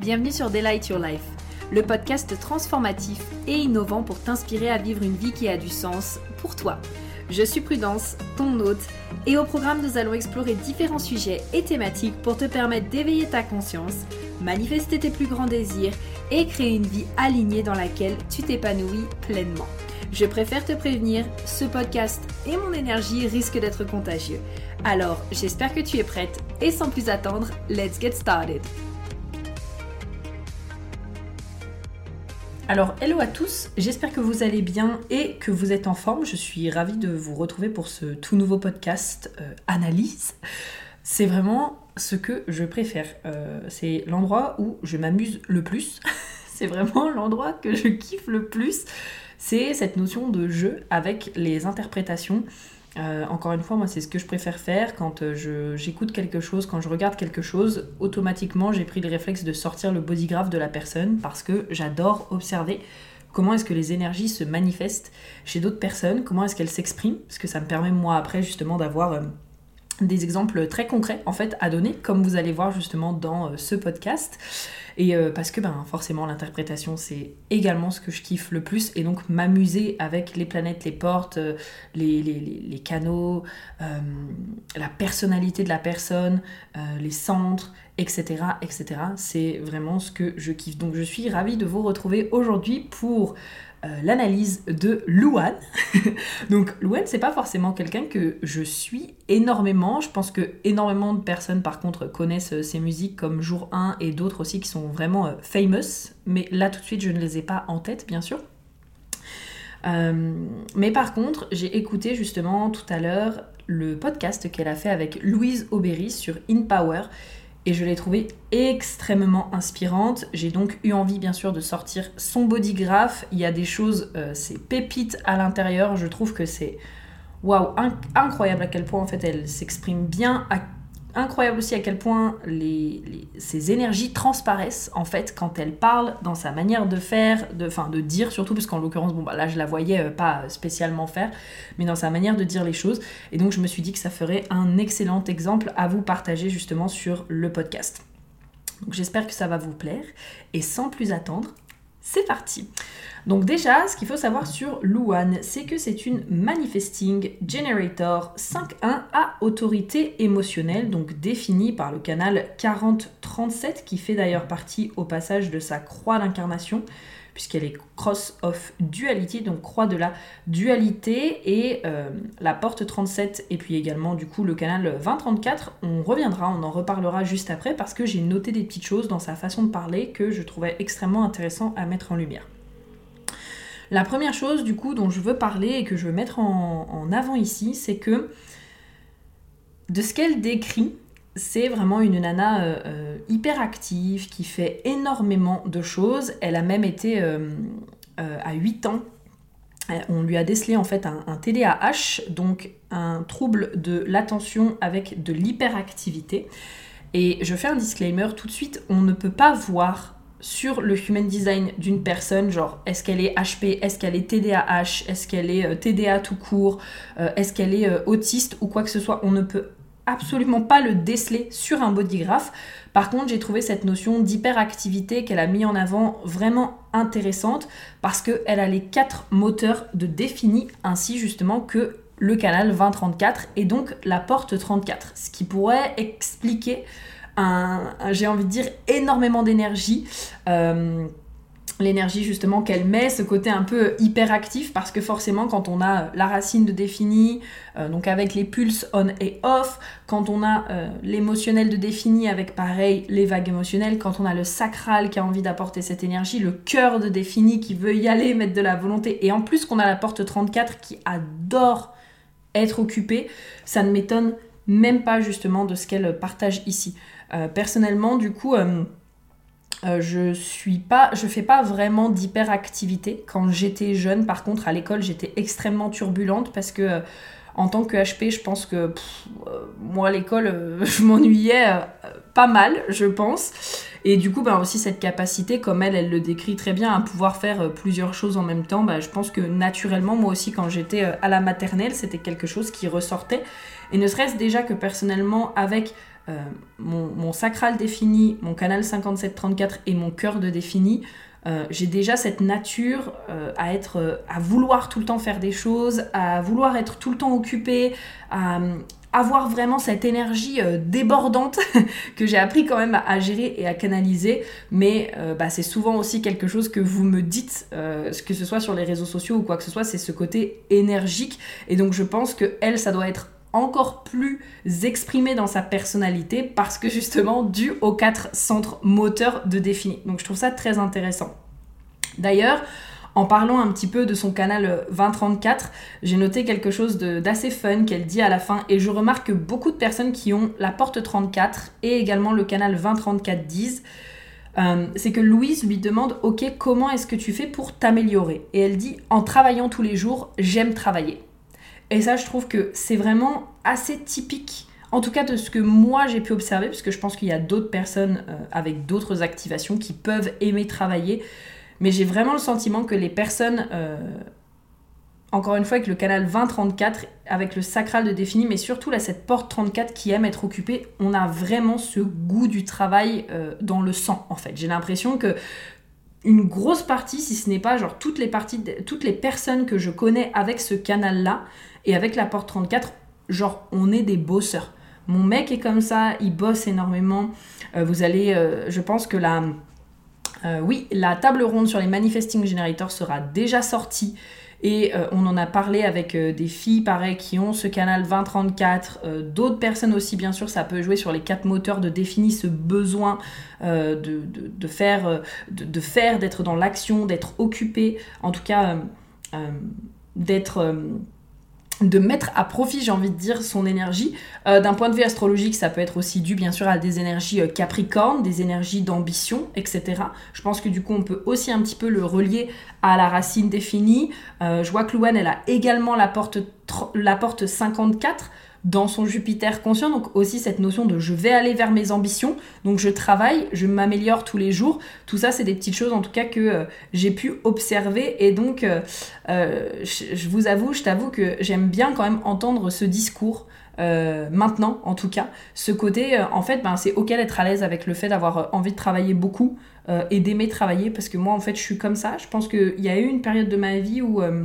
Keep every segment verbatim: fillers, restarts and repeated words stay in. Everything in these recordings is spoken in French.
Bienvenue sur Delight Your Life, le podcast transformatif et innovant pour t'inspirer à vivre une vie qui a du sens pour toi. Je suis Prudence, ton hôte, et au programme nous allons explorer différents sujets et thématiques pour te permettre d'éveiller ta conscience, manifester tes plus grands désirs et créer une vie alignée dans laquelle tu t'épanouis pleinement. Je préfère te prévenir, ce podcast et mon énergie risquent d'être contagieux. Alors, j'espère que tu es prête et sans plus attendre, let's get started. Alors, hello à tous, j'espère que vous allez bien et que vous êtes en forme. Je suis ravie de vous retrouver pour ce tout nouveau podcast euh, Analyse. C'est vraiment ce que je préfère. Euh, c'est l'endroit où je m'amuse le plus. C'est vraiment l'endroit que je kiffe le plus. C'est cette notion de jeu avec les interprétations. Euh, encore une fois, moi, c'est ce que je préfère faire quand euh, je, j'écoute quelque chose, quand je regarde quelque chose. Automatiquement, j'ai pris le réflexe de sortir le bodygraph de la personne parce que j'adore observer comment est-ce que les énergies se manifestent chez d'autres personnes, comment est-ce qu'elles s'expriment, parce que ça me permet, moi, après, justement, d'avoir euh, des exemples très concrets, en fait, à donner, comme vous allez voir, justement, dans euh, ce podcast. Et euh, parce que ben, forcément l'interprétation c'est également ce que je kiffe le plus, et donc m'amuser avec les planètes, les portes, euh, les, les, les, les canaux, euh, la personnalité de la personne, euh, les centres, et cetera, et cetera. C'est vraiment ce que je kiffe. Donc je suis ravie de vous retrouver aujourd'hui pour euh, l'analyse de Louane. Donc Louane, c'est pas forcément quelqu'un que je suis énormément. Je pense que énormément de personnes par contre connaissent ses musiques comme Jour un et d'autres aussi qui sont vraiment euh, famous. Mais là tout de suite je ne les ai pas en tête bien sûr. Euh, mais par contre j'ai écouté justement tout à l'heure le podcast qu'elle a fait avec Louise Aubéry sur In Power. Et je l'ai trouvée extrêmement inspirante. J'ai donc eu envie, bien sûr, de sortir son bodygraph. Il y a des choses, euh, c'est pépites à l'intérieur. Je trouve que c'est waouh, inc- incroyable à quel point, en fait, elle s'exprime bien. À... Incroyable aussi à quel point les, les, ses énergies transparaissent, en fait, quand elle parle, dans sa manière de faire, de, enfin, de dire surtout, parce qu'en l'occurrence, bon, bah, là, je la voyais euh, pas spécialement faire, mais dans sa manière de dire les choses. Et donc, je me suis dit que ça ferait un excellent exemple à vous partager, justement, sur le podcast. Donc, j'espère que ça va vous plaire. Et sans plus attendre, c'est parti. Donc déjà, ce qu'il faut savoir sur Louane, c'est que c'est une Manifesting Generator cinq un à autorité émotionnelle, donc définie par le canal quarante trente-sept, qui fait d'ailleurs partie au passage de sa croix d'incarnation, puisqu'elle est Cross of Duality, donc croix de la dualité, et euh, la porte trente-sept, et puis également du coup le canal vingt trente-quatre, on reviendra, on en reparlera juste après, parce que j'ai noté des petites choses dans sa façon de parler que je trouvais extrêmement intéressant à mettre en lumière. La première chose du coup dont je veux parler et que je veux mettre en, en avant ici, c'est que de ce qu'elle décrit, c'est vraiment une nana euh, euh, hyper active, qui fait énormément de choses. Elle a même été euh, euh, à huit ans, on lui a décelé en fait un, un T D A H, donc un trouble de l'attention avec de l'hyperactivité. Et je fais un disclaimer tout de suite, on ne peut pas voir sur le human design d'une personne, genre est-ce qu'elle est H P, est-ce qu'elle est T D A H, est-ce qu'elle est euh, T D A tout court, euh, est-ce qu'elle est euh, autiste ou quoi que ce soit, on ne peut absolument pas le déceler sur un bodygraph. Par contre, j'ai trouvé cette notion d'hyperactivité qu'elle a mis en avant vraiment intéressante parce qu'elle a les quatre moteurs de défini ainsi justement que le canal vingt trente-quatre et donc la porte trente-quatre, ce qui pourrait expliquer un, un, j'ai envie de dire énormément d'énergie, euh, l'énergie justement qu'elle met, ce côté un peu hyperactif, parce que forcément quand on a la racine de défini, euh, donc avec les pulses on et off, quand on a euh, l'émotionnel de défini avec pareil les vagues émotionnelles, quand on a le sacral qui a envie d'apporter cette énergie, le cœur de défini qui veut y aller, mettre de la volonté, et en plus qu'on a la porte trente-quatre qui adore être occupée, ça ne m'étonne même pas justement de ce qu'elle partage ici. Euh, personnellement du coup euh, Euh, je suis pas, je fais pas vraiment d'hyperactivité. Quand j'étais jeune, par contre, à l'école, j'étais extrêmement turbulente parce que, euh, en tant que H P, je pense que pff, euh, moi, à l'école, euh, je m'ennuyais euh, pas mal, je pense. Et du coup, bah, aussi cette capacité, comme elle, elle le décrit très bien, à pouvoir faire euh, plusieurs choses en même temps, bah, je pense que naturellement, moi aussi, quand j'étais euh, à la maternelle, c'était quelque chose qui ressortait. Et ne serait-ce déjà que personnellement, avec euh, mon, mon sacral défini, mon canal cinquante-sept trente-quatre et mon cœur de défini, euh, j'ai déjà cette nature euh, à être, euh, à vouloir tout le temps faire des choses, à vouloir être tout le temps occupée, à euh, avoir vraiment cette énergie euh, débordante que j'ai appris quand même à, à gérer et à canaliser, mais euh, bah, c'est souvent aussi quelque chose que vous me dites, euh, que ce soit sur les réseaux sociaux ou quoi que ce soit, c'est ce côté énergique, et donc je pense que elle, ça doit être encore plus exprimé dans sa personnalité parce que justement dû aux quatre centres moteurs de défini. Donc je trouve ça très intéressant. D'ailleurs, en parlant un petit peu de son canal vingt trente-quatre, j'ai noté quelque chose de, d'assez fun qu'elle dit à la fin, et je remarque que beaucoup de personnes qui ont la porte trente-quatre et également le canal vingt trente-quatre disent euh, c'est que Louise lui demande « Ok, comment est-ce que tu fais pour t'améliorer ?» Et elle dit « En travaillant tous les jours, j'aime travailler. » Et ça, je trouve que c'est vraiment assez typique, en tout cas de ce que moi j'ai pu observer, parce que je pense qu'il y a d'autres personnes euh, avec d'autres activations qui peuvent aimer travailler, mais j'ai vraiment le sentiment que les personnes, euh, encore une fois avec le canal vingt trente-quatre, avec le sacral de défini, mais surtout là, cette porte trente-quatre qui aime être occupée, on a vraiment ce goût du travail euh, dans le sang, en fait. J'ai l'impression que une grosse partie, si ce n'est pas genre toutes les parties, de, toutes les personnes que je connais avec ce canal-là, et avec la porte trente-quatre, genre, on est des bosseurs. Mon mec est comme ça, il bosse énormément. Euh, vous allez, euh, je pense que la, euh, oui, la table ronde sur les Manifesting Generators sera déjà sortie. Et euh, on en a parlé avec euh, des filles, pareil, qui ont ce canal vingt trente-quatre. Euh, d'autres personnes aussi, bien sûr, ça peut jouer sur les quatre moteurs de défini, ce besoin euh, de, de, de, faire, de, de faire, d'être dans l'action, d'être occupé. En tout cas, euh, euh, d'être... Euh, de mettre à profit, j'ai envie de dire, son énergie. Euh, d'un point de vue astrologique, ça peut être aussi dû, bien sûr, à des énergies euh, capricornes, des énergies d'ambition, et cetera. Je pense que du coup, on peut aussi un petit peu le relier à la racine définie. Euh, je vois que Louane, elle a également la porte, la porte cinquante-quatre dans son Jupiter conscient, donc aussi cette notion de je vais aller vers mes ambitions, donc je travaille, je m'améliore tous les jours. Tout ça, c'est des petites choses en tout cas que euh, j'ai pu observer, et donc euh, euh, je, je vous avoue, je t'avoue que j'aime bien quand même entendre ce discours, euh, maintenant en tout cas, ce côté, euh, en fait, ben, c'est ok d'être à l'aise avec le fait d'avoir envie de travailler beaucoup euh, et d'aimer travailler, parce que moi en fait je suis comme ça. Je pense qu'il y a eu une période de ma vie où euh,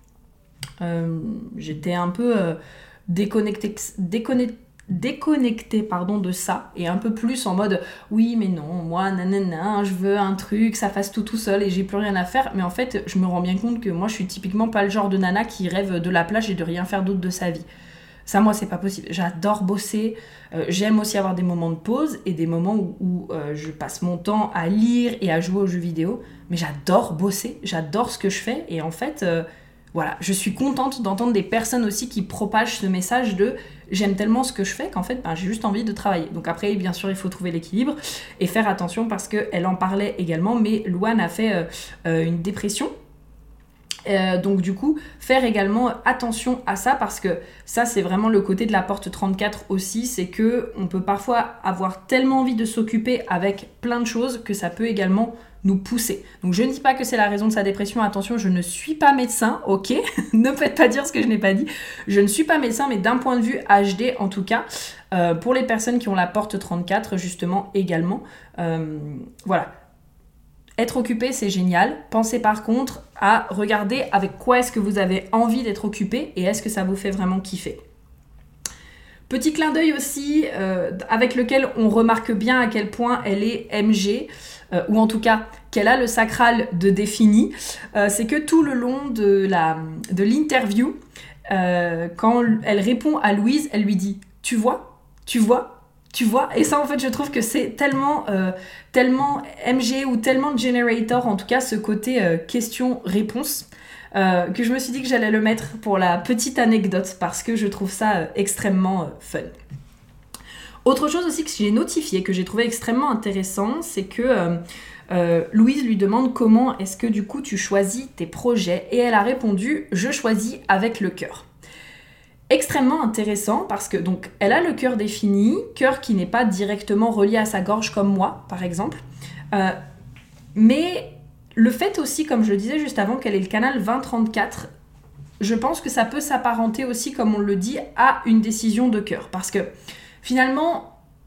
euh, j'étais un peu... Euh, déconnecté, déconnecté, déconnecté pardon, de ça, et un peu plus en mode oui mais non, moi nanana, je veux un truc, ça fasse tout tout seul et j'ai plus rien à faire. Mais en fait je me rends bien compte que moi je suis typiquement pas le genre de nana qui rêve de la plage et de rien faire d'autre de sa vie. Ça, moi, c'est pas possible. J'adore bosser. Euh, j'aime aussi avoir des moments de pause et des moments où, où euh, je passe mon temps à lire et à jouer aux jeux vidéo. Mais j'adore bosser. J'adore ce que je fais. Et en fait, euh, voilà, je suis contente d'entendre des personnes aussi qui propagent ce message de j'aime tellement ce que je fais qu'en fait, ben, j'ai juste envie de travailler. Donc après, bien sûr, il faut trouver l'équilibre et faire attention parce qu'elle en parlait également. Mais Louane a fait euh, euh, une dépression. Euh, donc du coup, faire également attention à ça, parce que ça, c'est vraiment le côté de la porte trente-quatre aussi, c'est que on peut parfois avoir tellement envie de s'occuper avec plein de choses que ça peut également nous pousser. Donc je ne dis pas que c'est la raison de sa dépression, attention, je ne suis pas médecin, ok. Ne faites pas dire ce que je n'ai pas dit. Je ne suis pas médecin, mais d'un point de vue H D, en tout cas, euh, pour les personnes qui ont la porte trente-quatre, justement, également, euh, voilà. Être occupé, c'est génial. Pensez par contre à regarder avec quoi est-ce que vous avez envie d'être occupé et est-ce que ça vous fait vraiment kiffer. Petit clin d'œil aussi, euh, avec lequel on remarque bien à quel point elle est M G, euh, ou en tout cas qu'elle a le sacral de défini, euh, c'est que tout le long de, la, de l'interview, euh, quand elle répond à Louise, elle lui dit « Tu vois ? Tu vois ? Tu vois ?» Et ça, en fait, je trouve que c'est tellement, euh, tellement M G ou tellement Generator, en tout cas, ce côté euh, question-réponse, euh, que je me suis dit que j'allais le mettre pour la petite anecdote, parce que je trouve ça euh, extrêmement euh, fun. Autre chose aussi que j'ai notifié, que j'ai trouvé extrêmement intéressant, c'est que euh, euh, Louise lui demande comment est-ce que du coup tu choisis tes projets, et elle a répondu « Je choisis avec le cœur ». Extrêmement intéressant parce que donc elle a le cœur défini, cœur qui n'est pas directement relié à sa gorge comme moi par exemple, euh, mais le fait aussi, comme je le disais juste avant, qu'elle ait le canal vingt trente-quatre, je pense que ça peut s'apparenter aussi, comme on le dit, à une décision de cœur, parce que finalement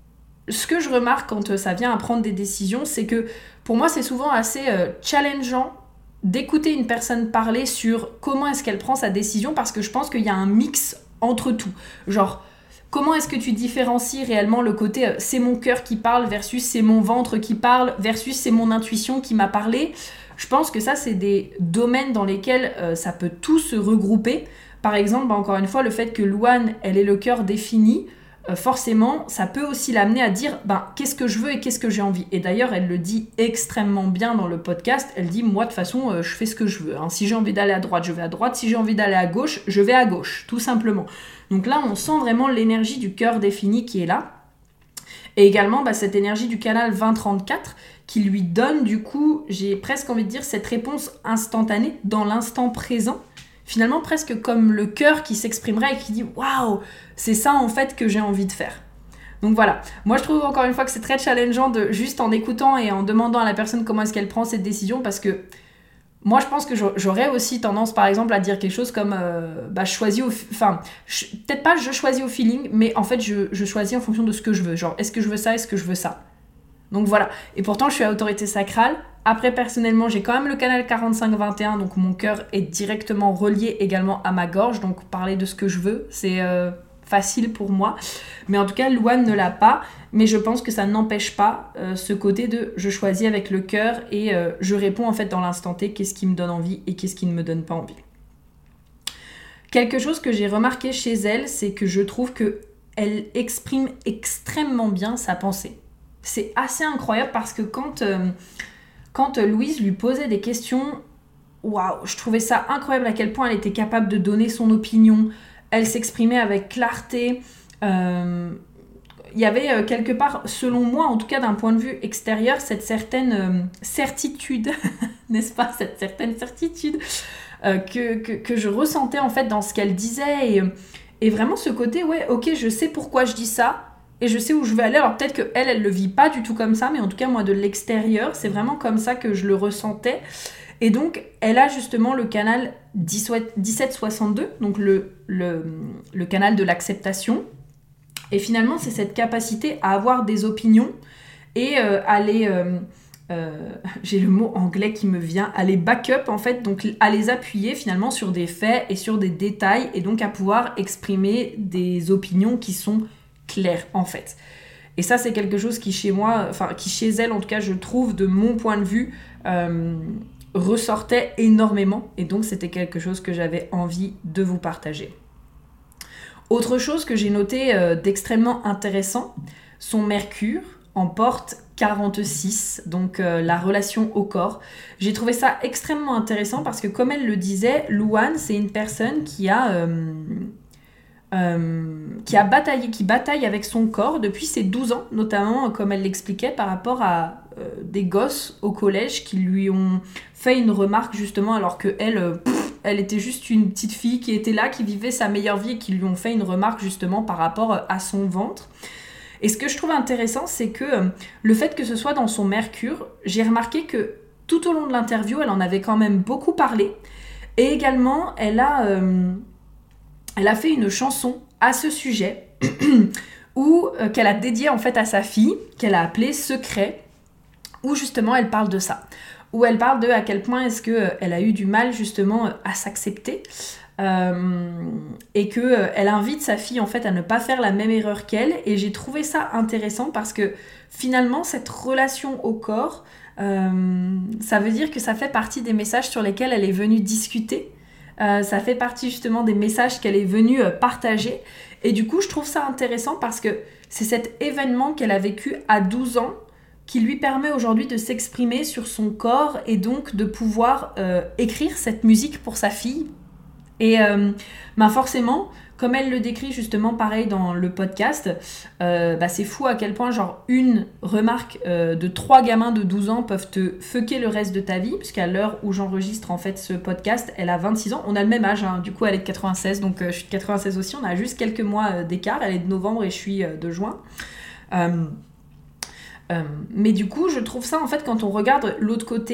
ce que je remarque quand ça vient à prendre des décisions, c'est que pour moi, c'est souvent assez euh, challengeant d'écouter une personne parler sur comment est-ce qu'elle prend sa décision, parce que je pense qu'il y a un mix entre tout. Genre, comment est-ce que tu différencies réellement le côté euh, c'est mon cœur qui parle versus c'est mon ventre qui parle versus c'est mon intuition qui m'a parlé. Je pense que ça, c'est des domaines dans lesquels euh, ça peut tout se regrouper. Par exemple, bah, encore une fois, le fait que Louane, elle ait le cœur défini, euh, forcément, ça peut aussi l'amener à dire bah, qu'est-ce que je veux et qu'est-ce que j'ai envie. Et d'ailleurs, elle le dit extrêmement bien dans le podcast. Elle dit, moi, de toute façon, euh, je fais ce que je veux. Hein. Si j'ai envie d'aller à droite, je vais à droite. Si j'ai envie d'aller à gauche, je vais à gauche, tout simplement. Donc là, on sent vraiment l'énergie du cœur défini qui est là. Et également, bah, cette énergie du canal vingt trente-quatre qui lui donne, du coup, j'ai presque envie de dire, cette réponse instantanée dans l'instant présent. Finalement, presque comme le cœur qui s'exprimerait et qui dit « Waouh, c'est ça en fait que j'ai envie de faire ». Donc voilà, moi je trouve encore une fois que c'est très challengeant de juste en écoutant et en demandant à la personne comment est-ce qu'elle prend cette décision, parce que moi je pense que j'aurais aussi tendance par exemple à dire quelque chose comme euh, bah, je choisis au... Enfin, je... peut-être pas je choisis au feeling, mais en fait je, je choisis en fonction de ce que je veux. Genre, est-ce que je veux ça, est-ce que je veux ça ? Donc voilà, et pourtant je suis à autorité sacrale. Après, personnellement, j'ai quand même le canal quarante-cinq vingt et un, donc mon cœur est directement relié également à ma gorge, donc parler de ce que je veux, c'est euh, facile pour moi. Mais en tout cas, Louane ne l'a pas, mais je pense que ça n'empêche pas euh, ce côté de je choisis avec le cœur et euh, je réponds en fait dans l'instant T, qu'est-ce qui me donne envie et qu'est-ce qui ne me donne pas envie. Quelque chose que j'ai remarqué chez elle, c'est que je trouve qu'elle exprime extrêmement bien sa pensée. C'est assez incroyable parce que quand... Euh, Quand Louise lui posait des questions, waouh, je trouvais ça incroyable à quel point elle était capable de donner son opinion. Elle s'exprimait avec clarté. Euh, il y avait euh, quelque part, selon moi, en tout cas d'un point de vue extérieur, cette certaine euh, certitude, n'est-ce pas, cette certaine certitude euh, que, que, que je ressentais en fait dans ce qu'elle disait. Et, et vraiment ce côté, ouais, ok, je sais pourquoi je dis ça. Et je sais où je veux aller. Alors peut-être qu'elle, elle le vit pas du tout comme ça, mais en tout cas, moi, de l'extérieur, c'est vraiment comme ça que je le ressentais. Et donc, elle a justement le canal dix-sept soixante-deux, donc le, le, le canal de l'acceptation. Et finalement, c'est cette capacité à avoir des opinions et euh, à les... Euh, euh, j'ai le mot anglais qui me vient, à les back-up, en fait, donc à les appuyer finalement sur des faits et sur des détails, et donc à pouvoir exprimer des opinions qui sont clair en fait. Et ça, c'est quelque chose qui chez moi, enfin qui chez elle en tout cas, je trouve de mon point de vue euh, ressortait énormément, et donc c'était quelque chose que j'avais envie de vous partager. Autre chose que j'ai noté euh, d'extrêmement intéressant, son Mercure en porte quarante-six, donc euh, la relation au corps. J'ai trouvé ça extrêmement intéressant parce que comme elle le disait, Louane, c'est une personne qui a euh, Euh, qui a bataillé, qui bataille avec son corps depuis ses douze ans, notamment comme elle l'expliquait par rapport à euh, des gosses au collège qui lui ont fait une remarque justement alors que elle, euh, pff, elle était juste une petite fille qui était là, qui vivait sa meilleure vie, et qui lui ont fait une remarque justement par rapport à son ventre. Et ce que je trouve intéressant, c'est que euh, le fait que ce soit dans son Mercure, j'ai remarqué que tout au long de l'interview, elle en avait quand même beaucoup parlé, et également elle a euh, Elle a fait une chanson à ce sujet où, euh, qu'elle a dédiée en fait à sa fille, qu'elle a appelée Secret, où justement elle parle de ça. Où elle parle de à quel point est-ce qu'elle a eu du mal justement à s'accepter euh, et qu'elle invite sa fille en fait à ne pas faire la même erreur qu'elle. Et j'ai trouvé ça intéressant parce que finalement cette relation au corps, euh, ça veut dire que ça fait partie des messages sur lesquels elle est venue discuter. Euh, ça fait partie justement des messages qu'elle est venue euh, partager. Et du coup, je trouve ça intéressant parce que c'est cet événement qu'elle a vécu à douze ans qui lui permet aujourd'hui de s'exprimer sur son corps et donc de pouvoir euh, écrire cette musique pour sa fille. Et euh, bah forcément, comme elle le décrit justement pareil dans le podcast, euh, bah c'est fou à quel point genre une remarque euh, de trois gamins de douze ans peuvent te fucker le reste de ta vie, puisqu'à l'heure où j'enregistre en fait ce podcast, elle a vingt-six ans, on a le même âge, hein. Du coup elle est de quatre-vingt-seize, donc euh, je suis de quatre-vingt-seize aussi, on a juste quelques mois euh, d'écart, elle est de novembre et je suis euh, de juin. Euh, euh, mais du coup je trouve ça en fait quand on regarde l'autre côté,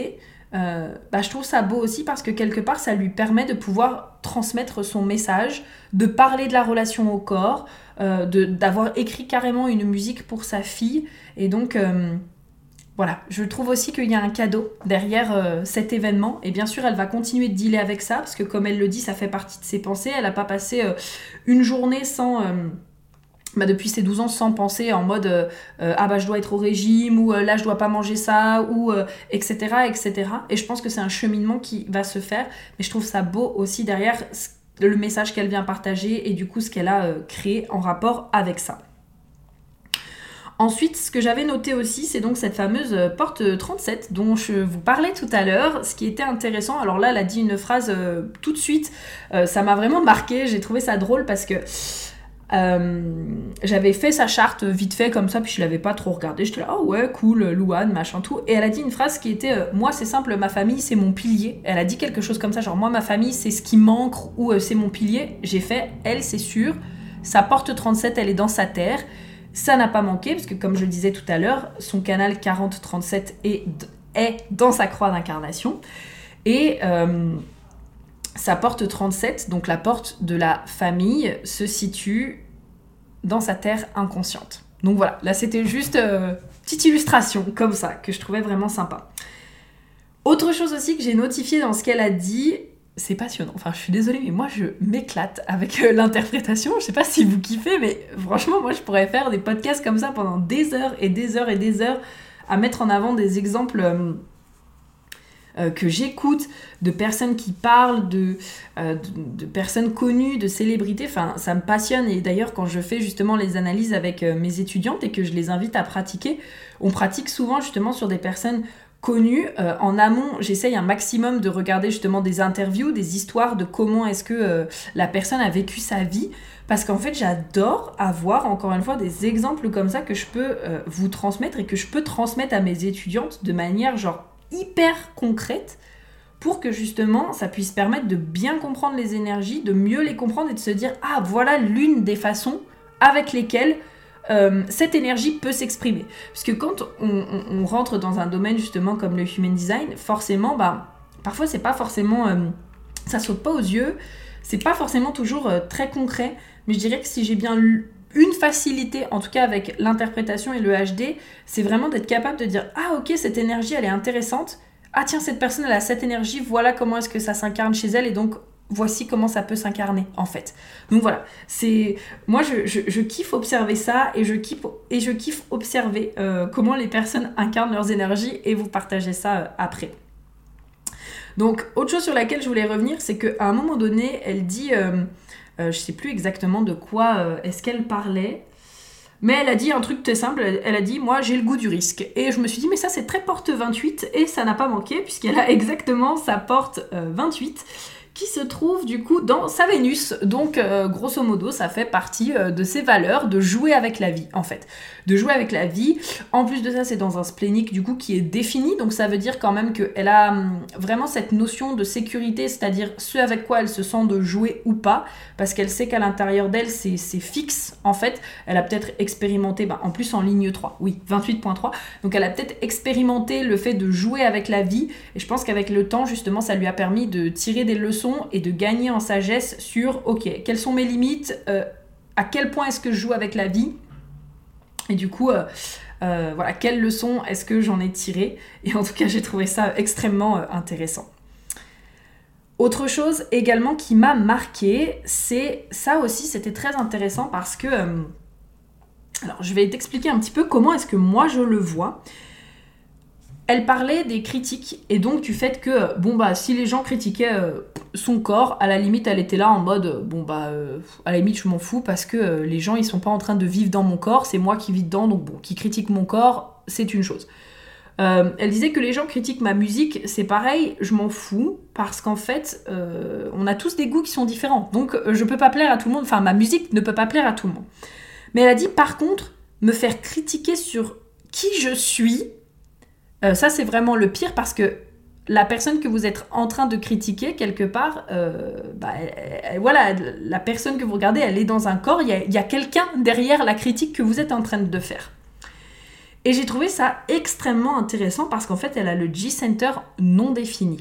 euh, bah, je trouve ça beau aussi parce que quelque part ça lui permet de pouvoir transmettre son message, de parler de la relation au corps, euh, de, d'avoir écrit carrément une musique pour sa fille. Et donc euh, voilà, je trouve aussi qu'il y a un cadeau derrière euh, cet événement. Et bien sûr, elle va continuer de dealer avec ça parce que comme elle le dit, ça fait partie de ses pensées. Elle n'a pas passé euh, une journée sans... Euh, bah depuis ses douze ans sans penser en mode euh, euh, ah bah je dois être au régime ou euh, là je dois pas manger ça ou euh, etc etc et je pense que c'est un cheminement qui va se faire, mais je trouve ça beau aussi derrière le message qu'elle vient partager et du coup ce qu'elle a euh, créé en rapport avec ça. Ensuite, ce que j'avais noté aussi, c'est donc cette fameuse porte trente-sept dont je vous parlais tout à l'heure. Ce qui était intéressant, alors là, elle a dit une phrase euh, tout de suite, euh, ça m'a vraiment marqué, j'ai trouvé ça drôle parce que Euh, j'avais fait sa charte vite fait comme ça, puis je l'avais pas trop regardée. J'étais là, oh ouais, cool, Louane, machin, tout. Et elle a dit une phrase qui était euh, moi, c'est simple, ma famille, c'est mon pilier. Elle a dit quelque chose comme ça, genre moi, ma famille, c'est ce qui manque ou euh, c'est mon pilier. J'ai fait, elle, c'est sûr, sa porte trente-sept, elle est dans sa terre. Ça n'a pas manqué, parce que comme je le disais tout à l'heure, son canal quarante trente-sept est, est dans sa croix d'incarnation. Et. Euh, Sa porte trente-sept, donc la porte de la famille, se situe dans sa terre inconsciente. Donc voilà, là c'était juste euh, petite illustration comme ça, que je trouvais vraiment sympa. Autre chose aussi que j'ai notifié dans ce qu'elle a dit, c'est passionnant. Enfin, je suis désolée, mais moi je m'éclate avec euh, l'interprétation. Je sais pas si vous kiffez, mais franchement, moi je pourrais faire des podcasts comme ça pendant des heures et des heures et des heures à mettre en avant des exemples... Euh, Euh, que j'écoute, de personnes qui parlent, de, euh, de, de personnes connues, de célébrités, enfin ça me passionne. Et d'ailleurs quand je fais justement les analyses avec euh, mes étudiantes et que je les invite à pratiquer, on pratique souvent justement sur des personnes connues. Euh, en amont, j'essaye un maximum de regarder justement des interviews, des histoires de comment est-ce que euh, la personne a vécu sa vie, parce qu'en fait j'adore avoir encore une fois des exemples comme ça que je peux euh, vous transmettre et que je peux transmettre à mes étudiantes de manière genre hyper concrète pour que justement ça puisse permettre de bien comprendre les énergies, de mieux les comprendre et de se dire ah voilà l'une des façons avec lesquelles euh, cette énergie peut s'exprimer. Parce que quand on, on, on rentre dans un domaine justement comme le human design, forcément bah, parfois c'est pas forcément euh, ça saute pas aux yeux, c'est pas forcément toujours euh, très concret, mais je dirais que si j'ai bien lu une facilité, en tout cas avec l'interprétation et le H D, c'est vraiment d'être capable de dire « Ah ok, cette énergie, elle est intéressante. Ah tiens, cette personne, elle a cette énergie. Voilà comment est-ce que ça s'incarne chez elle. Et donc, voici comment ça peut s'incarner, en fait. » Donc voilà, c'est... Moi, je, je, je kiffe observer ça et je kiffe, et je kiffe observer euh, comment les personnes incarnent leurs énergies et vous partagez ça euh, après. Donc, autre chose sur laquelle je voulais revenir, c'est qu'à un moment donné, elle dit... Euh, Euh, je sais plus exactement de quoi euh, est-ce qu'elle parlait, mais elle a dit un truc très simple, elle, elle a dit moi j'ai le goût du risque, et je me suis dit mais ça c'est très porte vingt-huit, et ça n'a pas manqué puisqu'elle a exactement sa porte euh, vingt-huit qui se trouve du coup dans sa Vénus, donc euh, grosso modo ça fait partie euh, de ses valeurs de jouer avec la vie en fait, de jouer avec la vie. En plus de ça c'est dans un splénique du coup qui est défini, donc ça veut dire quand même qu'elle a hum, vraiment cette notion de sécurité, c'est-à-dire ce avec quoi elle se sent de jouer ou pas, parce qu'elle sait qu'à l'intérieur d'elle c'est, c'est fixe en fait, elle a peut-être expérimenté, bah, en plus en ligne trois, oui vingt-huit point trois, donc elle a peut-être expérimenté le fait de jouer avec la vie, et je pense qu'avec le temps justement ça lui a permis de tirer des leçons et de gagner en sagesse sur ok, quelles sont mes limites, euh, à quel point est-ce que je joue avec la vie, et du coup euh, euh, voilà, quelles leçons est-ce que j'en ai tirées, et en tout cas j'ai trouvé ça extrêmement euh, intéressant. Autre chose également qui m'a marqué, c'est ça aussi, c'était très intéressant parce que euh, alors je vais t'expliquer un petit peu comment est-ce que moi je le vois. Elle parlait des critiques et donc du fait que, bon bah, si les gens critiquaient euh, son corps, à la limite, elle était là en mode, bon bah, euh, à la limite, je m'en fous parce que euh, les gens, ils sont pas en train de vivre dans mon corps, c'est moi qui vis dedans, donc bon, qui critique mon corps, c'est une chose. Euh, elle disait que les gens critiquent ma musique, c'est pareil, je m'en fous, parce qu'en fait, euh, on a tous des goûts qui sont différents, donc euh, je peux pas plaire à tout le monde, enfin, ma musique ne peut pas plaire à tout le monde. Mais elle a dit, par contre, me faire critiquer sur qui je suis, Euh, ça, c'est vraiment le pire parce que la personne que vous êtes en train de critiquer, quelque part, euh, bah, elle, elle, voilà, la personne que vous regardez, elle est dans un corps, il y a, il y a quelqu'un derrière la critique que vous êtes en train de faire. Et j'ai trouvé ça extrêmement intéressant parce qu'en fait, elle a le G-Center non défini.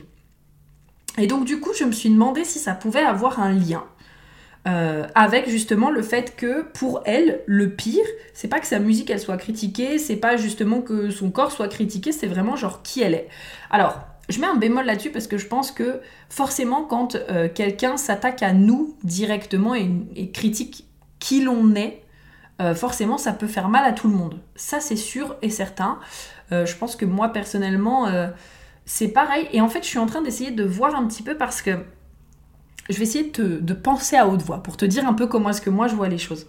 Et donc du coup, je me suis demandé si ça pouvait avoir un lien euh, avec justement le fait que pour elle, le pire, c'est pas que sa musique elle soit critiquée, c'est pas justement que son corps soit critiqué, c'est vraiment genre qui elle est. Alors, je mets un bémol là-dessus parce que je pense que forcément quand euh, quelqu'un s'attaque à nous directement et, et critique qui l'on est, Euh, forcément ça peut faire mal à tout le monde. Ça c'est sûr et certain. Euh, je pense que moi personnellement euh, c'est pareil. Et en fait je suis en train d'essayer de voir un petit peu parce que je vais essayer de, te, de penser à haute voix pour te dire un peu comment est-ce que moi je vois les choses.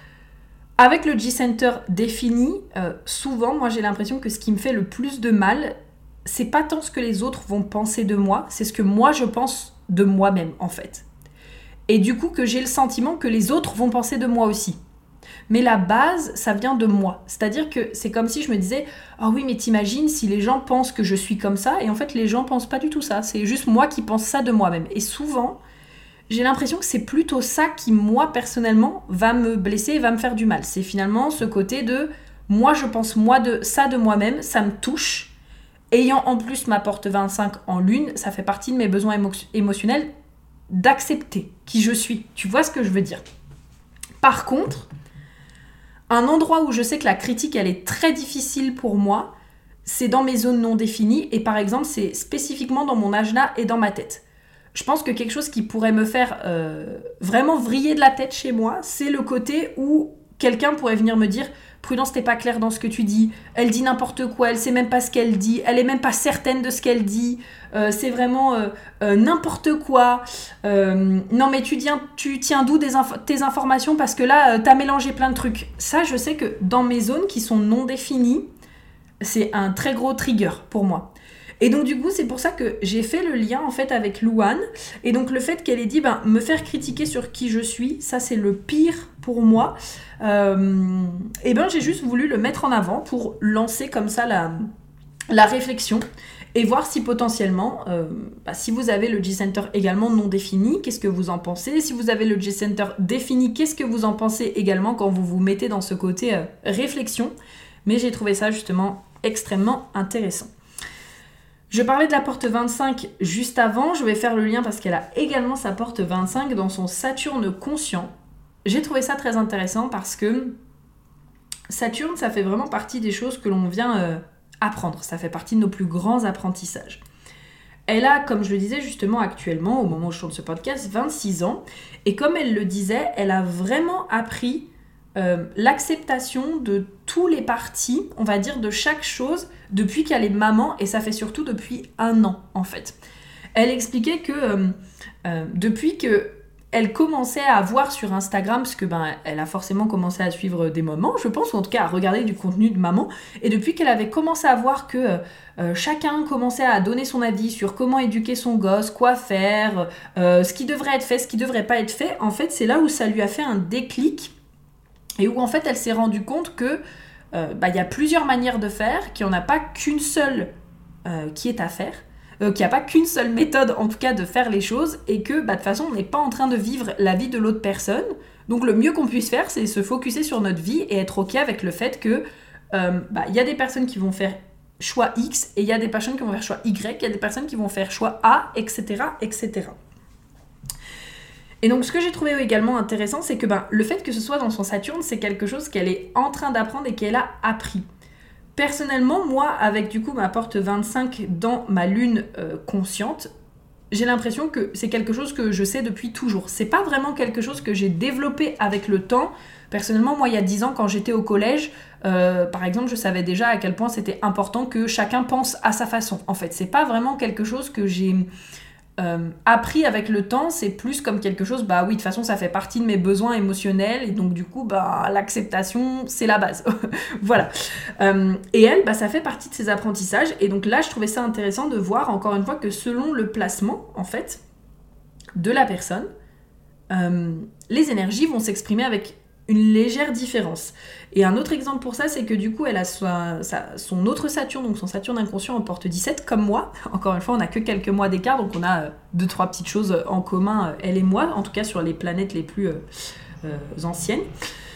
Avec le G-Center défini, euh, souvent moi j'ai l'impression que ce qui me fait le plus de mal, c'est pas tant ce que les autres vont penser de moi, c'est ce que moi je pense de moi-même en fait. Et du coup que j'ai le sentiment que les autres vont penser de moi aussi. Mais la base, ça vient de moi. C'est-à-dire que c'est comme si je me disais « Ah oui, mais t'imagines si les gens pensent que je suis comme ça ?» Et en fait, les gens pensent pas du tout ça. C'est juste moi qui pense ça de moi-même. Et souvent, j'ai l'impression que c'est plutôt ça qui, moi, personnellement, va me blesser et va me faire du mal. C'est finalement ce côté de « Moi, je pense moi de ça de moi-même, ça me touche. » Ayant en plus ma porte vingt-cinq en lune, ça fait partie de mes besoins émo- émotionnels d'accepter qui je suis. Tu vois ce que je veux dire ? Par contre... un endroit où je sais que la critique, elle est très difficile pour moi, c'est dans mes zones non définies. Et par exemple, c'est spécifiquement dans mon ajna et dans ma tête. Je pense que quelque chose qui pourrait me faire euh, vraiment vriller de la tête chez moi, c'est le côté où quelqu'un pourrait venir me dire « Prudence, t'es pas claire dans ce que tu dis. Elle dit n'importe quoi, elle sait même pas ce qu'elle dit. Elle est même pas certaine de ce qu'elle dit. Euh, c'est vraiment euh, euh, n'importe quoi. Euh, non mais tu, tiens, tu tiens d'où des inf- tes informations parce que là, euh, t'as mélangé plein de trucs. » Ça, je sais que dans mes zones qui sont non définies, c'est un très gros trigger pour moi. Et donc du coup, c'est pour ça que j'ai fait le lien en fait avec Louane. Et donc le fait qu'elle ait dit, ben, me faire critiquer sur qui je suis, ça c'est le pire pour moi. Euh, et ben j'ai juste voulu le mettre en avant pour lancer comme ça la, la réflexion et voir si potentiellement, euh, bah, si vous avez le G-Center également non défini, qu'est-ce que vous en pensez ? Si vous avez le G-Center défini, qu'est-ce que vous en pensez également quand vous vous mettez dans ce côté euh, réflexion ? Mais j'ai trouvé ça justement extrêmement intéressant. Je parlais de la porte vingt-cinq juste avant, je vais faire le lien parce qu'elle a également sa porte vingt-cinq dans son Saturne conscient. J'ai trouvé ça très intéressant parce que Saturne, ça fait vraiment partie des choses que l'on vient euh, apprendre, ça fait partie de nos plus grands apprentissages. Elle a, comme je le disais justement actuellement, au moment où je tourne ce podcast, vingt-six ans, et comme elle le disait, elle a vraiment appris Euh, l'acceptation de tous les parties, on va dire de chaque chose, depuis qu'elle est maman, et ça fait surtout depuis un an en fait. Elle expliquait que euh, euh, depuis que elle commençait à voir sur Instagram, parce que ben elle a forcément commencé à suivre des mamans, je pense, ou en tout cas à regarder du contenu de maman, et depuis qu'elle avait commencé à voir que euh, chacun commençait à donner son avis sur comment éduquer son gosse, quoi faire, euh, ce qui devrait être fait, ce qui devrait pas être fait, en fait c'est là où ça lui a fait un déclic. Et où en fait elle s'est rendue compte que euh, bah, y a plusieurs manières de faire, qu'il n'y en a pas qu'une seule euh, qui est à faire, euh, qu'il n'y a pas qu'une seule méthode en tout cas de faire les choses, et que bah, de toute façon on n'est pas en train de vivre la vie de l'autre personne. Donc le mieux qu'on puisse faire, c'est se focusser sur notre vie et être ok avec le fait que euh, bah, y a des personnes qui vont faire choix X et il y a des personnes qui vont faire choix Y, il y a des personnes qui vont faire choix A, et cetera et cetera. Et donc, ce que j'ai trouvé également intéressant, c'est que ben, le fait que ce soit dans son Saturne, c'est quelque chose qu'elle est en train d'apprendre et qu'elle a appris. Personnellement, moi, avec du coup ma porte vingt-cinq dans ma lune euh, consciente, j'ai l'impression que c'est quelque chose que je sais depuis toujours. C'est pas vraiment quelque chose que j'ai développé avec le temps. Personnellement, moi, il y a dix ans, quand j'étais au collège, euh, par exemple, je savais déjà à quel point c'était important que chacun pense à sa façon. En fait, c'est pas vraiment quelque chose que j'ai... Euh, appris avec le temps, c'est plus comme quelque chose, bah oui, de toute façon ça fait partie de mes besoins émotionnels et donc du coup bah l'acceptation c'est la base. Voilà. Euh, et elle, bah ça fait partie de ses apprentissages, et donc là je trouvais ça intéressant de voir encore une fois que selon le placement en fait de la personne, euh, les énergies vont s'exprimer avec une légère différence. Et un autre exemple pour ça, c'est que du coup, elle a sa, sa, son autre Saturne, donc son Saturne inconscient en porte dix-sept, comme moi. Encore une fois, on n'a que quelques mois d'écart, donc on a euh, deux, trois petites choses en commun, euh, elle et moi, en tout cas sur les planètes les plus euh, euh, anciennes.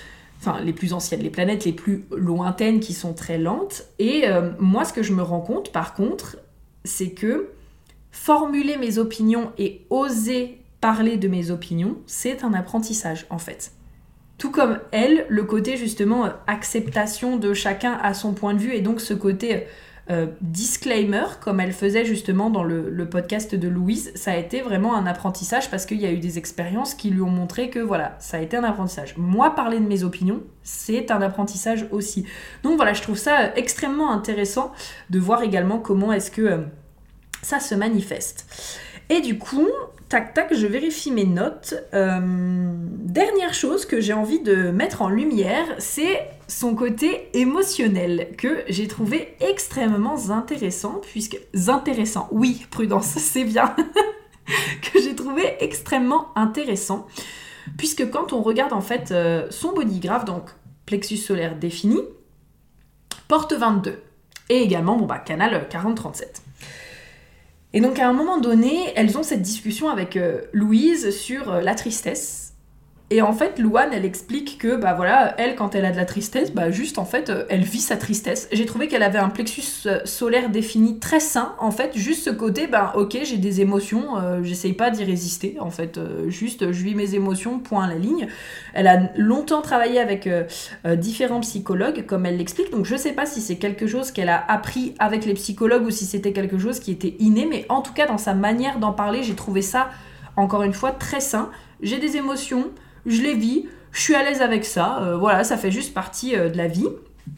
enfin les plus anciennes, les planètes les plus lointaines qui sont très lentes. Et euh, moi, ce que je me rends compte, par contre, c'est que formuler mes opinions et oser parler de mes opinions, c'est un apprentissage en fait. Tout comme elle, le côté justement euh, acceptation de chacun à son point de vue et donc ce côté euh, disclaimer, comme elle faisait justement dans le, le podcast de Louise, ça a été vraiment un apprentissage parce qu'il y a eu des expériences qui lui ont montré que voilà, ça a été un apprentissage. Moi, parler de mes opinions, c'est un apprentissage aussi. Donc voilà, je trouve ça extrêmement intéressant de voir également comment est-ce que euh, ça se manifeste. Et du coup, tac tac, je vérifie mes notes. Euh, dernière chose que j'ai envie de mettre en lumière, c'est son côté émotionnel que j'ai trouvé extrêmement intéressant, puisque intéressant, oui, Prudence, c'est bien, que j'ai trouvé extrêmement intéressant, puisque quand on regarde en fait euh, son bodygraph, donc plexus solaire défini, porte vingt-deux, et également bon bah canal quarante trente-sept. Et donc à un moment donné, elles ont cette discussion avec euh, Louise sur euh, la tristesse. Et en fait, Louane, elle explique que, bah voilà, elle, quand elle a de la tristesse, bah juste, en fait, euh, elle vit sa tristesse. J'ai trouvé qu'elle avait un plexus euh, solaire défini très sain, en fait, juste ce côté, bah ok, j'ai des émotions, euh, j'essaye pas d'y résister, en fait, euh, juste, je vis mes émotions, point à la ligne. Elle a longtemps travaillé avec euh, euh, différents psychologues, comme elle l'explique, donc je sais pas si c'est quelque chose qu'elle a appris avec les psychologues ou si c'était quelque chose qui était inné, mais en tout cas, dans sa manière d'en parler, j'ai trouvé ça, encore une fois, très sain. J'ai des émotions, je les vis, je suis à l'aise avec ça, euh, voilà, ça fait juste partie euh, de la vie.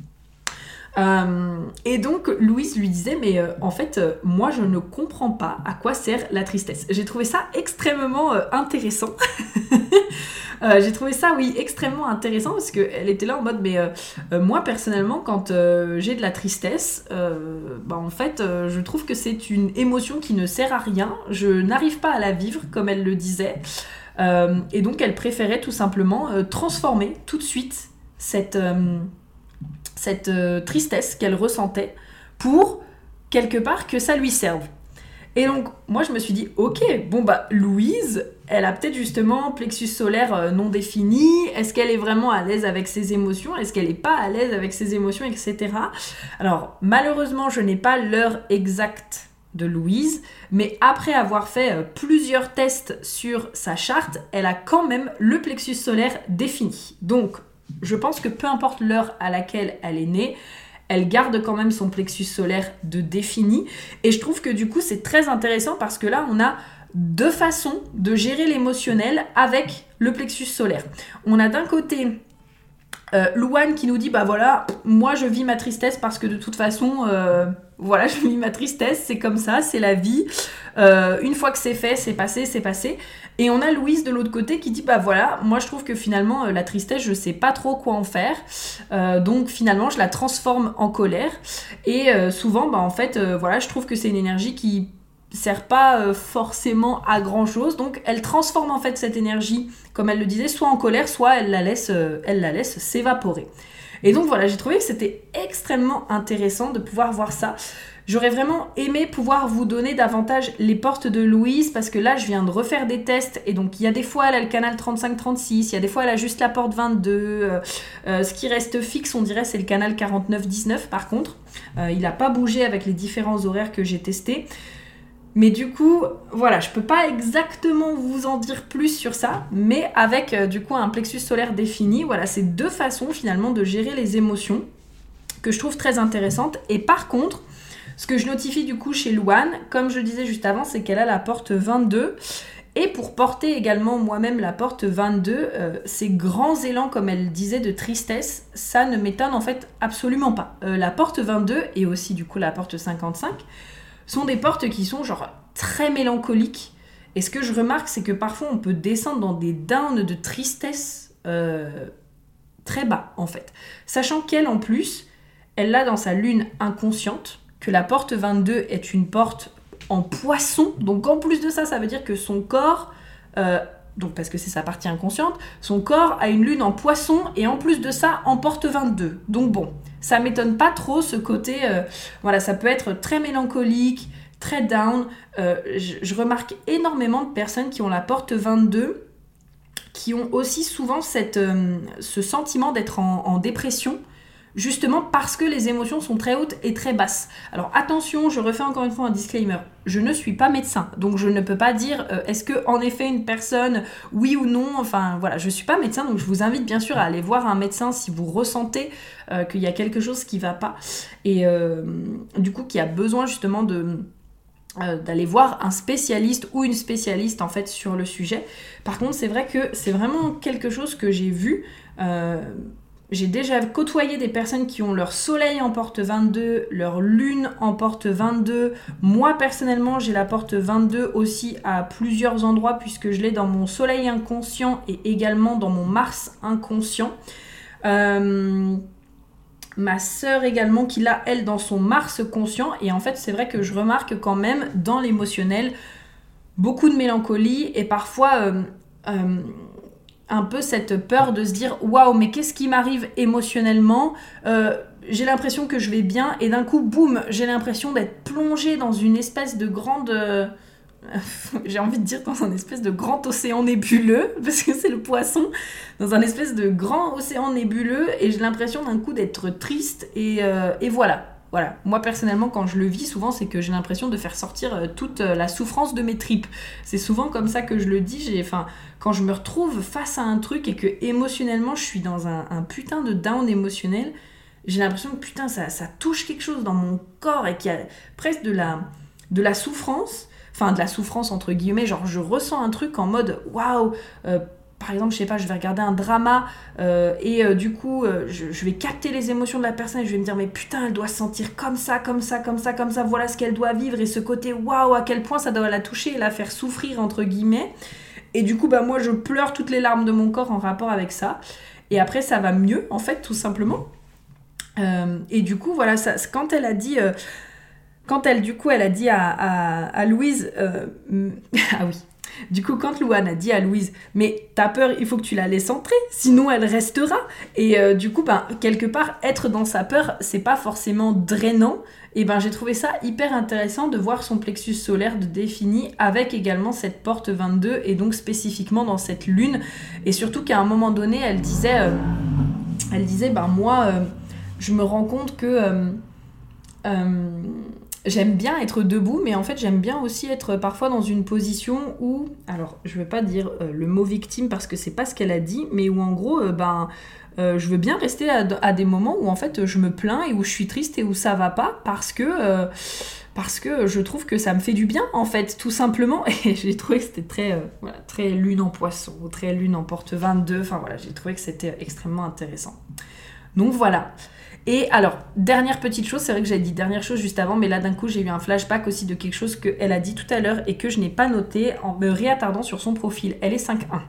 Euh, et donc, Louise lui disait, mais euh, en fait, euh, moi, je ne comprends pas à quoi sert la tristesse. J'ai trouvé ça extrêmement euh, intéressant. euh, j'ai trouvé ça, oui, extrêmement intéressant, parce qu'elle était là en mode, mais euh, euh, moi, personnellement, quand euh, j'ai de la tristesse, euh, bah, en fait, euh, je trouve que c'est une émotion qui ne sert à rien. Je n'arrive pas à la vivre, comme elle le disait. Euh, et donc elle préférait tout simplement euh, transformer tout de suite cette, euh, cette euh, tristesse qu'elle ressentait pour quelque part que ça lui serve. Et donc moi je me suis dit ok, bon bah Louise, elle a peut-être justement plexus solaire euh, non défini, est-ce qu'elle est vraiment à l'aise avec ses émotions, est-ce qu'elle n'est pas à l'aise avec ses émotions, et cetera. Alors malheureusement je n'ai pas l'heure exacte de Louise, mais après avoir fait euh, plusieurs tests sur sa charte, elle a quand même le plexus solaire défini. Donc, je pense que peu importe l'heure à laquelle elle est née, elle garde quand même son plexus solaire de défini. Et je trouve que du coup, c'est très intéressant parce que là, on a deux façons de gérer l'émotionnel avec le plexus solaire. On a d'un côté Euh, Louane qui nous dit bah voilà, moi je vis ma tristesse parce que de toute façon euh, voilà, je vis ma tristesse, c'est comme ça, c'est la vie, euh, une fois que c'est fait, c'est passé, c'est passé. Et on a Louise de l'autre côté qui dit bah voilà, moi je trouve que finalement euh, la tristesse, je sais pas trop quoi en faire, euh, donc finalement je la transforme en colère. Et euh, souvent bah en fait euh, voilà, je trouve que c'est une énergie qui sert pas euh, forcément à grand chose, donc elle transforme en fait cette énergie, comme elle le disait, soit en colère, soit elle la laisse, euh, elle la laisse s'évaporer. Et donc voilà, j'ai trouvé que c'était extrêmement intéressant de pouvoir voir ça. J'aurais vraiment aimé pouvoir vous donner davantage les portes de Louise, parce que là je viens de refaire des tests, et donc il y a des fois elle a le canal trente-cinq trente-six, il y a des fois elle a juste la porte vingt-deux, euh, euh, ce qui reste fixe on dirait c'est le canal quarante-neuf dix-neuf par contre, euh, il n'a pas bougé avec les différents horaires que j'ai testés. Mais du coup, voilà, je peux pas exactement vous en dire plus sur ça, mais avec euh, du coup un plexus solaire défini, voilà, c'est deux façons finalement de gérer les émotions que je trouve très intéressantes. Et par contre, ce que je notifie du coup chez Louane, comme je le disais juste avant, c'est qu'elle a la porte vingt-deux. Et pour porter également moi-même la porte vingt-deux, euh, ces grands élans, comme elle disait, de tristesse, ça ne m'étonne en fait absolument pas. Euh, la porte vingt-deux et aussi du coup la porte cinquante-cinq sont des portes qui sont genre très mélancoliques. Et ce que je remarque, c'est que parfois on peut descendre dans des downs de tristesse euh, très bas en fait. Sachant qu'elle en plus, elle l'a dans sa lune inconsciente, que la porte vingt-deux est une porte en poisson. Donc en plus de ça, ça veut dire que son corps, euh, donc parce que c'est sa partie inconsciente, son corps a une lune en poisson et en plus de ça en porte vingt-deux. Donc bon, ça m'étonne pas trop ce côté, euh, voilà, ça peut être très mélancolique, très down. Euh, je, je remarque énormément de personnes qui ont la porte vingt-deux, qui ont aussi souvent cette, euh, ce sentiment d'être en, en dépression, justement parce que les émotions sont très hautes et très basses. Alors attention, je refais encore une fois un disclaimer. Je ne suis pas médecin, donc je ne peux pas dire euh, est-ce que en effet une personne, oui ou non, enfin voilà, je suis pas médecin, donc je vous invite bien sûr à aller voir un médecin si vous ressentez euh, qu'il y a quelque chose qui va pas, et euh, du coup qui a besoin justement de... Euh, d'aller voir un spécialiste ou une spécialiste en fait sur le sujet. Par contre, c'est vrai que c'est vraiment quelque chose que j'ai vu. Euh, j'ai déjà côtoyé des personnes qui ont leur soleil en porte vingt-deux, leur lune en porte vingt-deux. Moi, personnellement, j'ai la porte vingt-deux aussi à plusieurs endroits puisque je l'ai dans mon soleil inconscient et également dans mon Mars inconscient. Euh... Ma sœur également qui l'a, elle, dans son Mars conscient. Et en fait, c'est vrai que je remarque quand même, dans l'émotionnel, beaucoup de mélancolie et parfois euh, euh, un peu cette peur de se dire « Waouh, mais qu'est-ce qui m'arrive émotionnellement euh, j'ai l'impression que je vais bien. » Et d'un coup, boum, j'ai l'impression d'être plongée dans une espèce de grande... Euh, j'ai envie de dire dans un espèce de grand océan nébuleux, parce que c'est le poisson, dans un espèce de grand océan nébuleux, et j'ai l'impression d'un coup d'être triste, et, euh, et voilà. Voilà. Moi personnellement, quand je le vis, souvent c'est que j'ai l'impression de faire sortir euh, toute euh, la souffrance de mes tripes. C'est souvent comme ça que je le dis. J'ai, enfin, quand je me retrouve face à un truc et que émotionnellement je suis dans un, un putain de down émotionnel, j'ai l'impression que putain ça, ça touche quelque chose dans mon corps et qu'il y a presque de la, de la souffrance. Enfin, de la souffrance entre guillemets, genre je ressens un truc en mode waouh, euh, par exemple, je sais pas, je vais regarder un drama euh, et euh, du coup, euh, je, je vais capter les émotions de la personne et je vais me dire mais putain, elle doit se sentir comme ça, comme ça, comme ça, comme ça, voilà ce qu'elle doit vivre et ce côté waouh, à quel point ça doit la toucher et la faire souffrir entre guillemets. Et du coup, bah moi, je pleure toutes les larmes de mon corps en rapport avec ça. Et après, ça va mieux, en fait, tout simplement. Euh, et du coup, voilà, ça, quand elle a dit... Euh, Quand elle, du coup, elle a dit à, à, à Louise... Euh, ah oui. Du coup, quand Louane a dit à Louise « Mais t'as peur, il faut que tu la laisses entrer, sinon elle restera. » Et euh, du coup, ben, quelque part, être dans sa peur, c'est pas forcément drainant. Et ben, j'ai trouvé ça hyper intéressant de voir son plexus solaire de défini avec également cette porte vingt-deux et donc spécifiquement dans cette lune. Et surtout qu'à un moment donné, elle disait... Euh, elle disait, ben moi, euh, je me rends compte que... Euh, euh, j'aime bien être debout, mais en fait, j'aime bien aussi être parfois dans une position où, alors, je ne veux pas dire euh, le mot victime parce que c'est pas ce qu'elle a dit, mais où en gros, euh, ben, euh, je veux bien rester à, à des moments où en fait, je me plains et où je suis triste et où ça va pas parce que, euh, parce que je trouve que ça me fait du bien, en fait, tout simplement. Et j'ai trouvé que c'était très, euh, voilà, très lune en poisson, très lune en porte vingt-deux. Enfin voilà, j'ai trouvé que c'était extrêmement intéressant. Donc voilà. Et alors, dernière petite chose, c'est vrai que j'avais dit dernière chose juste avant, mais là d'un coup j'ai eu un flashback aussi de quelque chose qu'elle a dit tout à l'heure et que je n'ai pas noté en me réattardant sur son profil. Elle est cinq un.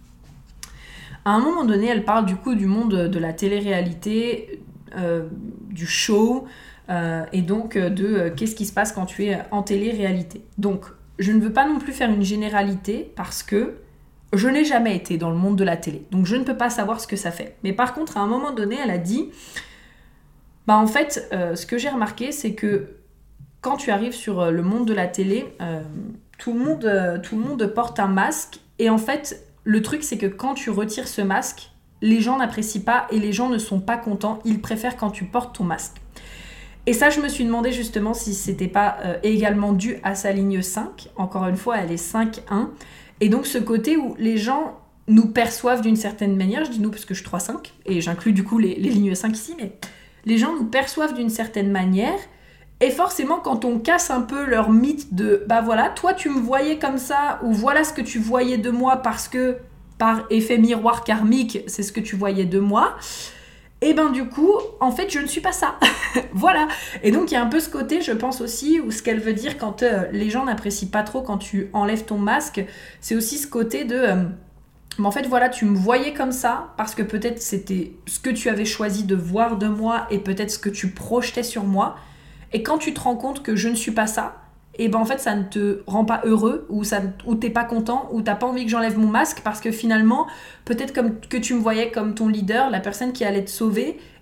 À un moment donné, elle parle du coup du monde de la télé-réalité, euh, du show, euh, et donc de euh, qu'est-ce qui se passe quand tu es en télé-réalité. Donc, je ne veux pas non plus faire une généralité parce que je n'ai jamais été dans le monde de la télé, donc je ne peux pas savoir ce que ça fait. Mais par contre, à un moment donné, elle a dit... Bah en fait, euh, ce que j'ai remarqué, c'est que quand tu arrives sur euh, le monde de la télé, euh, tout, le monde, euh, tout le monde porte un masque. Et en fait, le truc, c'est que quand tu retires ce masque, les gens n'apprécient pas et les gens ne sont pas contents. Ils préfèrent quand tu portes ton masque. Et ça, je me suis demandé justement si c'était pas euh, également dû à sa ligne cinq. Encore une fois, elle est cinq un. Et donc, ce côté où les gens nous perçoivent d'une certaine manière, je dis nous parce que je suis trois cinq, et j'inclus du coup les, les lignes cinq ici, mais... Les gens nous perçoivent d'une certaine manière et forcément quand on casse un peu leur mythe de bah voilà, toi tu me voyais comme ça ou voilà ce que tu voyais de moi parce que par effet miroir karmique c'est ce que tu voyais de moi, et ben du coup en fait je ne suis pas ça. Voilà. Et donc il y a un peu ce côté, je pense aussi, où ce qu'elle veut dire quand euh, les gens n'apprécient pas trop quand tu enlèves ton masque, c'est aussi ce côté de... Euh, Mais en fait, voilà, tu me voyais comme ça parce que peut-être c'était ce que tu avais choisi de voir de moi et peut-être ce que tu projetais sur moi. Et quand tu te rends compte que je ne suis pas ça, et ben en fait, ça ne te rend pas heureux ou, ça, ou t'es pas content ou t'as pas envie que j'enlève mon masque parce que finalement, peut-être comme, que tu me voyais comme ton leader, la personne qui allait te sauver,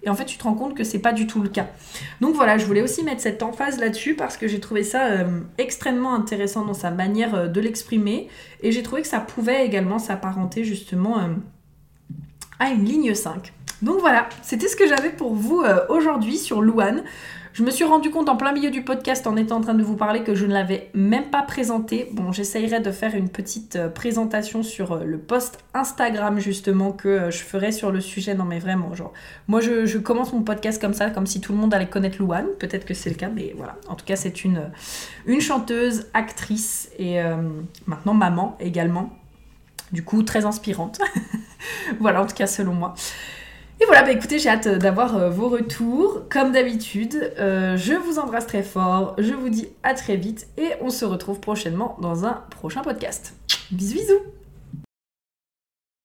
et en fait tu te rends compte que c'est pas du tout le cas. Donc voilà, je voulais aussi mettre cette emphase là-dessus parce que j'ai trouvé ça euh, extrêmement intéressant dans sa manière euh, de l'exprimer, et j'ai trouvé que ça pouvait également s'apparenter justement euh, à une ligne cinq. Donc voilà, c'était ce que j'avais pour vous euh, aujourd'hui sur Louane. Je me suis rendu compte en plein milieu du podcast, en étant en train de vous parler, que je ne l'avais même pas présenté. Bon, j'essayerai de faire une petite euh, présentation sur euh, le post Instagram justement que euh, je ferai sur le sujet. Non mais vraiment, genre, moi je, je commence mon podcast comme ça, comme si tout le monde allait connaître Louane. Peut-être que c'est le cas, mais voilà. En tout cas, c'est une, une chanteuse, actrice et euh, maintenant maman également. Du coup, très inspirante. Voilà, en tout cas selon moi. Et voilà, bah écoutez, j'ai hâte d'avoir euh, vos retours. Comme d'habitude, euh, je vous embrasse très fort, je vous dis à très vite et on se retrouve prochainement dans un prochain podcast. Bisous bisous.